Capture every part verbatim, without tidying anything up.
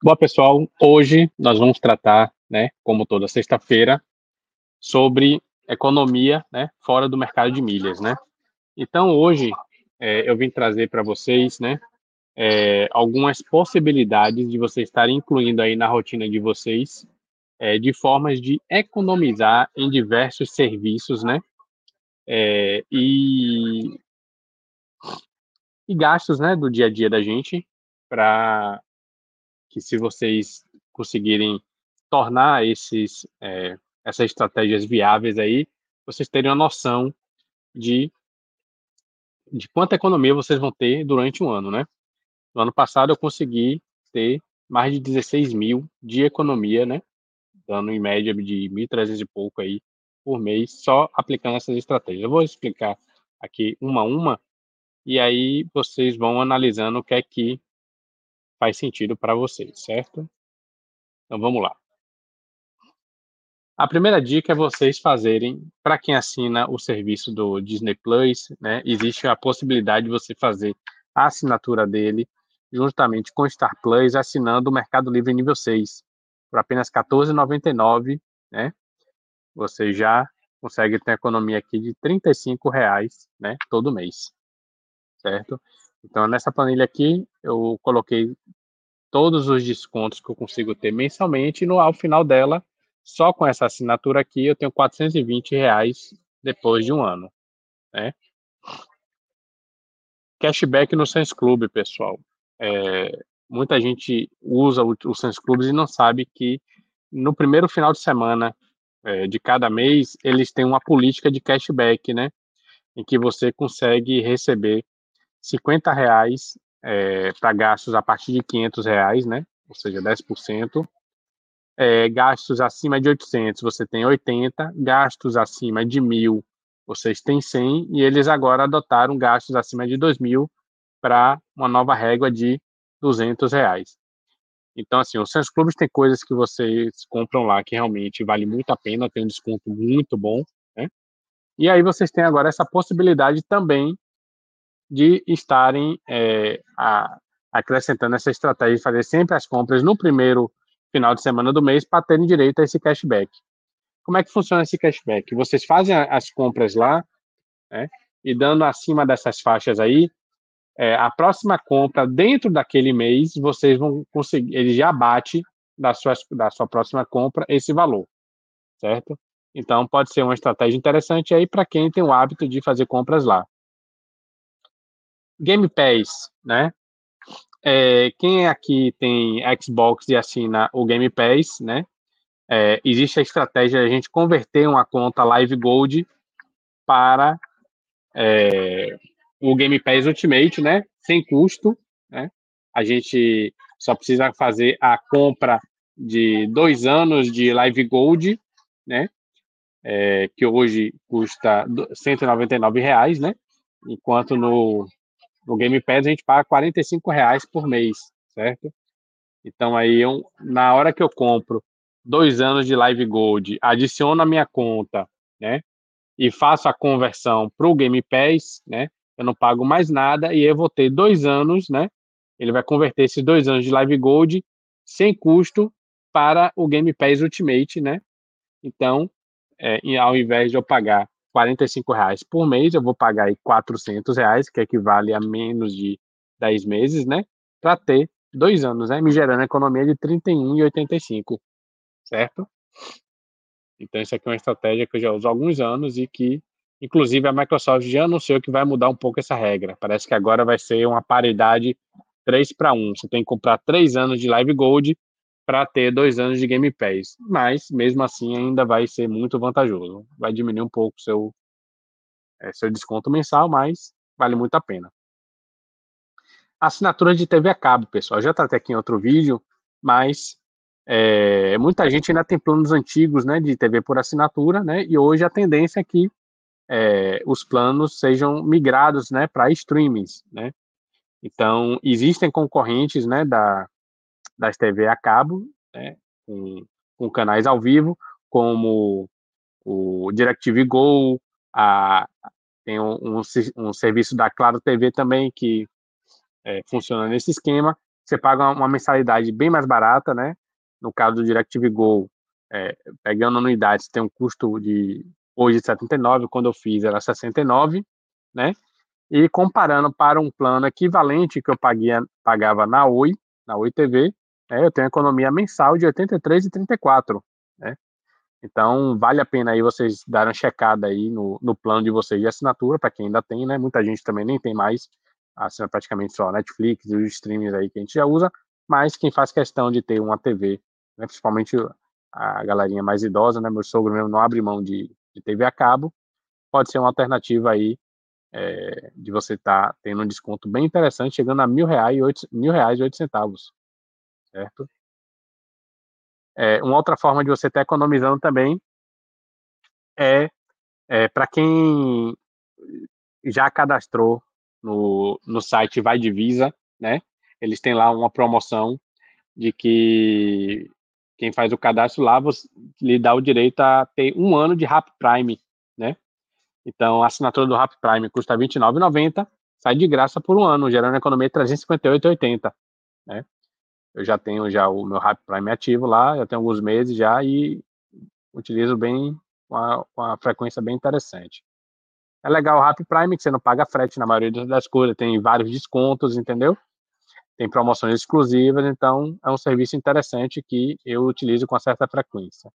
Bom, pessoal, hoje nós vamos tratar, né, como toda sexta-feira, sobre economia, né, fora do mercado de milhas, né. Então hoje, eh, eu vim trazer para vocês, né, eh, algumas possibilidades de vocês estarem incluindo aí na rotina de vocês, eh, de formas de economizar em diversos serviços, né, eh, e e gastos, né, do dia a dia da gente, para que se vocês conseguirem tornar esses, eh, essas estratégias viáveis aí, vocês terem uma noção de de quanta economia vocês vão ter durante um ano, né. No ano passado eu consegui ter mais de dezesseis mil de economia, né, dando em média de mil e trezentos e pouco aí por mês, só aplicando essas estratégias. Eu vou explicar aqui uma a uma, e aí vocês vão analisando o que é que faz sentido para vocês, certo? Então vamos lá. A primeira dica é vocês fazerem, para quem assina o serviço do Disney Plus, né, existe a possibilidade de você fazer a assinatura dele juntamente com o Star Plus, assinando o Mercado Livre nível seis, por apenas quatorze reais e noventa e nove centavos, né, você já consegue ter economia aqui de trinta e cinco reais, né, todo mês, certo? Então nessa planilha aqui, eu coloquei todos os descontos que eu consigo ter mensalmente e no ao final dela, só com essa assinatura aqui, eu tenho quatrocentos e vinte reais depois de um ano, né. Cashback no Sam's Club, pessoal. Eh, muita gente usa o o Sam's Club e não sabe que no primeiro final de semana, eh, de cada mês, eles têm uma política de cashback, né, em que você consegue receber cinquenta reais, eh, para gastos a partir de quinhentos reais, né, ou seja, dez por cento. Eh, gastos acima de oitocentos você tem oitenta, gastos acima de mil vocês têm cem, e eles agora adotaram gastos acima de dois mil para uma nova régua de duzentos reais. Então, assim, os seus clubes têm coisas que vocês compram lá que realmente vale muito a pena, tem um desconto muito bom, né. E aí vocês têm agora essa possibilidade também de estarem, eh, a acrescentando essa estratégia de fazer sempre as compras no primeiro final de semana do mês para terem direito a esse cashback. Como é que funciona esse cashback? Vocês fazem a as compras lá, né, e dando acima dessas faixas aí, eh, a próxima compra dentro daquele mês, vocês vão conseguir ele já bate da suas da sua próxima compra esse valor, certo? Então pode ser uma estratégia interessante aí para quem tem o hábito de fazer compras lá. Game Pass, né, eh, quem aqui tem Xbox e assina o Game Pass, né, eh, existe a estratégia de a gente converter uma conta Live Gold para, eh, o Game Pass Ultimate, né, sem custo, né. A gente só precisa fazer a compra de dois anos de Live Gold, né, eh, que hoje custa do cento e noventa e nove reais, né, enquanto no no Game Pass a gente paga quarenta e cinco reais por mês, certo? Então aí eu na hora que eu compro dois anos de Live Gold, adiciono a minha conta, né, e faço a conversão para o Game Pass, né, eu não pago mais nada e eu vou ter dois anos, né, ele vai converter esses dois anos de Live Gold sem custo para o Game Pass Ultimate, né. Então, eh, e ao invés de eu pagar quarenta e cinco reais por mês, eu vou pagar aí quatrocentos reais, que equivale a menos de dez meses, né, para ter dois anos, né, me gerando economia de trinta e um reais e oitenta e cinco centavos, certo? Então isso aqui é uma estratégia que eu já uso há alguns anos e que, inclusive, a Microsoft já anunciou que vai mudar um pouco essa regra. Parece que agora vai ser uma paridade três para um. Você tem que comprar três anos de Live Gold para ter dois anos de Game Pass, mas mesmo assim ainda vai ser muito vantajoso. Vai diminuir um pouco seu, eh, seu desconto mensal, mas vale muito a pena. Assinatura de T V a cabo, pessoal, já tratei aqui em outro vídeo, mas, eh, muita gente ainda tem planos antigos, né, de T V por assinatura, né, e hoje a tendência é que, eh, os planos sejam migrados, né, para streamings, né. Então existem concorrentes, né, da das T V a cabo, né, com com canais ao vivo, como o DirecTV Go, a tem um um ser um serviço da Claro T V também que, eh, funciona nesse esquema, você paga uma, uma mensalidade bem mais barata, né? No caso do DirecTV Go, é, pegando anuidades, tem um custo de hoje setenta e nove, quando eu fiz era sessenta e nove, né? E comparando para um plano equivalente que eu paguia, pagava na Oi, na Oi T V, né, eu tenho economia mensal de oitenta e três e trinta e quatro, né? Então, vale a pena aí vocês darem uma checada aí no, no plano de vocês de assinatura, para quem ainda tem, né? Muita gente também nem tem mais, assina praticamente só Netflix e os streams aí que a gente já usa, mas quem faz questão de ter uma T V, né, principalmente a galerinha mais idosa, né? Meu sogro mesmo não abre mão de, de T V a cabo, pode ser uma alternativa aí, é, de você estar tá tendo um desconto bem interessante, chegando a mil reais e oito, mil reais e oito centavos, certo? É, uma outra forma de você estar tá economizando também é, é para quem já cadastrou no, no site Vai Divisa, né? Eles têm lá uma promoção de que quem faz o cadastro lá você, lhe dá o direito a ter um ano de Rap Prime, né? Então, a assinatura do Rap Prime custa vinte e nove reais e noventa centavos, sai de graça por um ano, gerando economia de trezentos e cinquenta e oito reais e oitenta centavos, né? Eu já tenho já o meu Rap Prime ativo lá, já tenho alguns meses já e utilizo bem com a, com a frequência bem interessante. É legal o Rap Prime, que você não paga frete na maioria das coisas, tem vários descontos, entendeu? Tem promoções exclusivas, então é um serviço interessante que eu utilizo com certa frequência.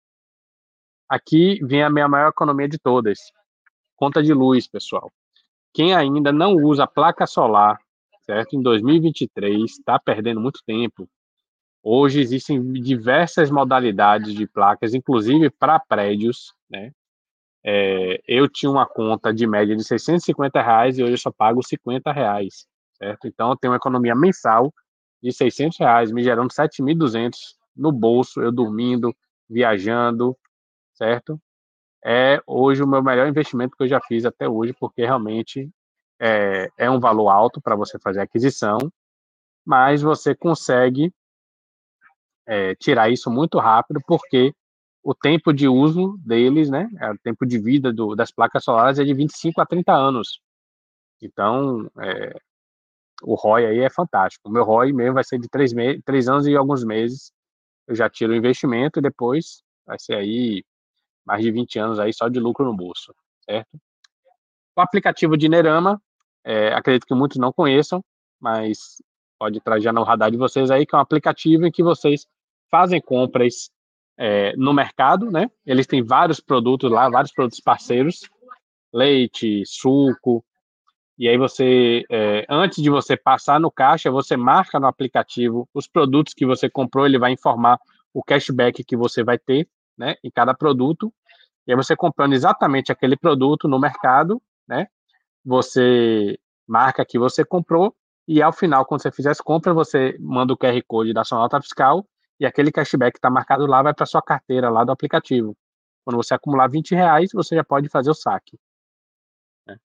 Aqui vem a minha maior economia de todas, conta de luz, pessoal. Quem ainda não usa placa solar, certo? Em dois mil e vinte e três, está perdendo muito tempo. Hoje existem diversas modalidades de placas, inclusive para prédios, né? É, eu tinha uma conta de média de seiscentos e cinquenta reais e hoje eu só pago cinquenta reais, certo? Então eu tenho uma economia mensal de seiscentos reais, me gerando sete mil e duzentos no bolso, eu dormindo, viajando, certo? É hoje o meu melhor investimento que eu já fiz até hoje, porque realmente é, é um valor alto para você fazer a aquisição, mas você consegue é, tirar isso muito rápido, porque o tempo de uso deles, né, é, o tempo de vida do, das placas solares é de vinte e cinco a trinta anos. Então, é, o R O I aí é fantástico. O meu R O I mesmo vai ser de três me- três anos e alguns meses. Eu já tiro o investimento e depois vai ser aí mais de vinte anos aí só de lucro no bolso, certo? O aplicativo de Nerama, é, acredito que muitos não conheçam, mas pode trazer no radar de vocês aí, que é um aplicativo em que vocês fazem compras é, no mercado, né? Eles têm vários produtos lá, vários produtos parceiros, leite, suco, e aí você, é, antes de você passar no caixa, você marca no aplicativo os produtos que você comprou, ele vai informar o cashback que você vai ter, né, em cada produto, e aí você comprando exatamente aquele produto no mercado, né, você marca que você comprou e ao final, quando você fizer as compras, você manda o Q R Code da sua nota fiscal e aquele cashback que está marcado lá vai para sua carteira lá do aplicativo. Quando você acumular vinte reais, você já pode fazer o saque, né?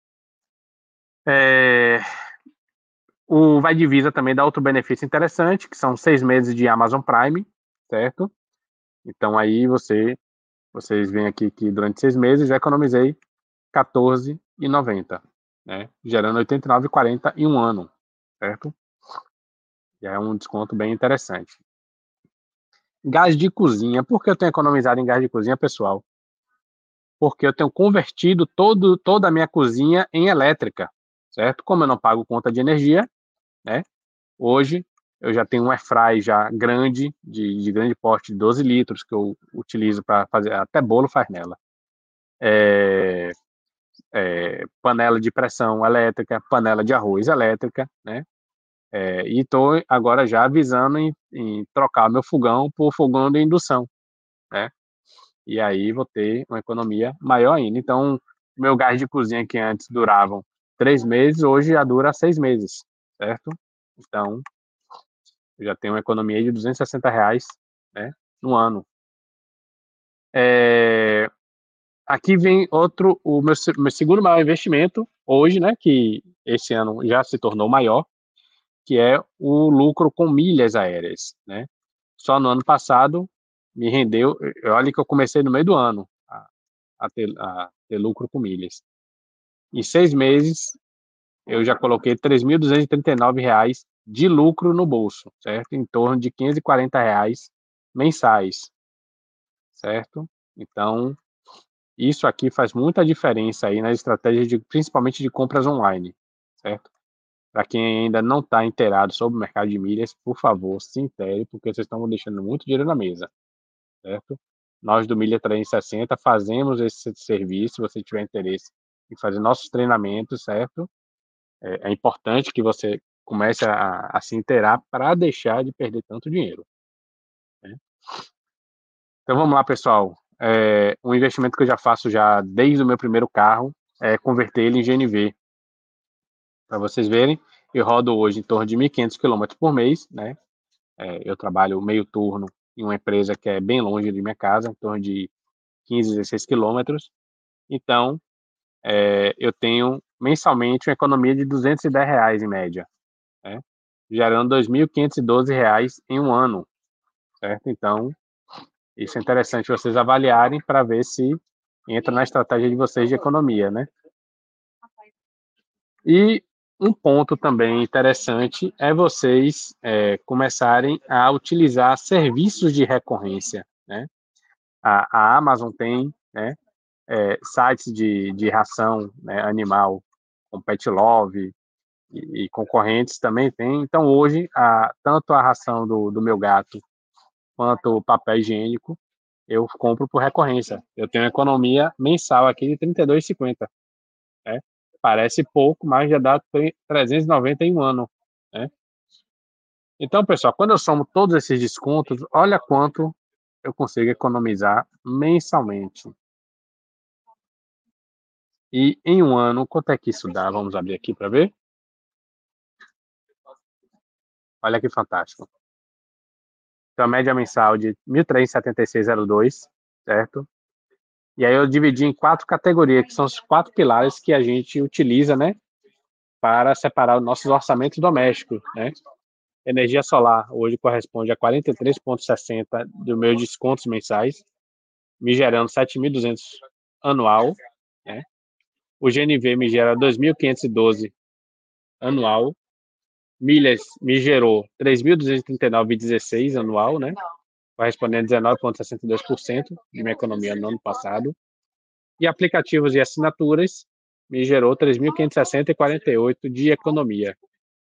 É, o Vai Divisa também dá outro benefício interessante, que são seis meses de Amazon Prime, certo? Então aí você, vocês veem aqui que durante seis meses já economizei quatorze reais e noventa centavos, né? Gerando oitenta e nove reais e quarenta centavos em um ano, certo? Já é um desconto bem interessante. Gás de cozinha. Por que eu tenho economizado em gás de cozinha, pessoal? Porque eu tenho convertido todo, toda a minha cozinha em elétrica, certo? Como eu não pago conta de energia, né? Hoje eu já tenho um airfry já grande, de, de grande porte, de doze litros, que eu utilizo para fazer, até bolo faz nela. É, é, panela de pressão elétrica, panela de arroz elétrica, né? É, e estou agora já avisando em, em trocar meu fogão por fogão de indução, né? E aí vou ter uma economia maior ainda. Então, meu gás de cozinha que antes duravam três meses, hoje já dura seis meses, certo? Então, eu já tenho uma economia de duzentos e sessenta reais, né, no ano. É, aqui vem outro, o meu, meu segundo maior investimento hoje, né, que esse ano já se tornou maior, que é o lucro com milhas aéreas, né? Só no ano passado me rendeu, olha que eu comecei no meio do ano a, a, ter, a ter lucro com milhas. Em seis meses eu já coloquei três mil duzentos e trinta e nove reais de lucro no bolso, certo? Em torno de quinhentos e quarenta reais mensais, certo? Então, isso aqui faz muita diferença aí nas estratégias de, principalmente de compras online, certo? Para quem ainda não está inteirado sobre o mercado de milhas, por favor, se intere, porque vocês estão deixando muito dinheiro na mesa, certo? Nós do Milha trezentos e sessenta fazemos esse serviço, se você tiver interesse em fazer nossos treinamentos, certo? É, é importante que você comece a, a se inteirar para deixar de perder tanto dinheiro, né? Então vamos lá, pessoal. É, um investimento que eu já faço já desde o meu primeiro carro é converter ele em G N V. Para vocês verem, eu rodo hoje em torno de mil e quinhentos quilômetros por mês, né? É, eu trabalho meio turno em uma empresa que é bem longe de minha casa, em torno de quinze, dezesseis quilômetros. Então, é, eu tenho mensalmente uma economia de duzentos e dez reais em média, né? Gerando dois mil quinhentos e doze reais em um ano, certo? Então, isso é interessante vocês avaliarem para ver se entra na estratégia de vocês de economia, né? E um ponto também interessante é vocês é, começarem a utilizar serviços de recorrência, né? A, a Amazon tem, né, é, sites de, de ração, né, animal, com Pet Love e, e concorrentes também tem. Então hoje, a, tanto a ração do, do meu gato quanto o papel higiênico eu compro por recorrência. Eu tenho uma economia mensal aqui de trinta e dois reais e cinquenta centavos. Né? Parece pouco, mas já dá trezentos e noventa em um ano, né? Então, pessoal, quando eu somo todos esses descontos, olha quanto eu consigo economizar mensalmente. E em um ano, quanto é que isso dá? Vamos abrir aqui para ver. Olha que fantástico. Então, a média mensal de mil trezentos e setenta e seis reais e dois centavos, certo? E aí eu dividi em quatro categorias, que são os quatro pilares que a gente utiliza, né, para separar os nossos orçamentos domésticos, né? Energia solar hoje corresponde a quarenta e três vírgula sessenta dos meus descontos mensais, me gerando sete mil e duzentos anual, né? O G N V me gera dois mil quinhentos e doze anual. Milhas me gerou três mil duzentos e trinta e nove vírgula dezesseis anual, né? Correspondendo a dezenove vírgula sessenta e dois por cento de minha economia no ano passado. E aplicativos e assinaturas me gerou três mil quinhentos e sessenta vírgula quarenta e oito de economia.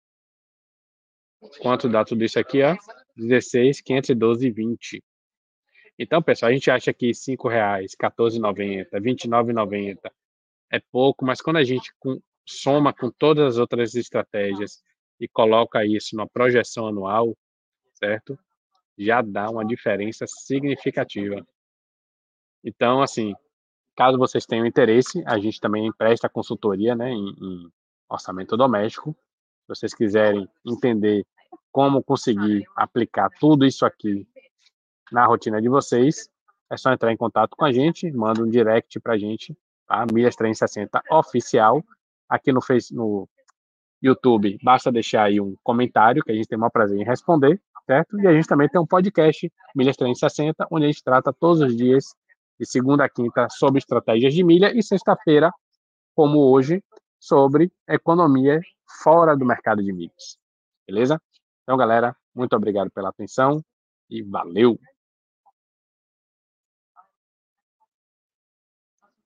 Quanto dá tudo isso aqui, ó? dezesseis mil quinhentos e doze vírgula vinte. Então, pessoal, a gente acha que cinco reais, quatorze reais e noventa centavos, vinte e nove reais e noventa centavos é pouco, mas quando a gente com, soma com todas as outras estratégias e coloca isso na projeção anual, certo? Já dá uma diferença significativa. Então, assim, caso vocês tenham interesse, a gente também presta consultoria, né, em, em orçamento doméstico. Se vocês quiserem entender como conseguir aplicar tudo isso aqui na rotina de vocês, é só entrar em contato com a gente, manda um direct para a gente, tá? Milhas trezentos e sessenta Oficial, aqui no, face, no YouTube, basta deixar aí um comentário, que a gente tem o maior prazer em responder, certo? E a gente também tem um podcast, Milhas trezentos e sessenta, onde a gente trata todos os dias, de segunda a quinta, sobre estratégias de milha, e sexta-feira, como hoje, sobre economia fora do mercado de milhas. Beleza? Então, galera, muito obrigado pela atenção e valeu!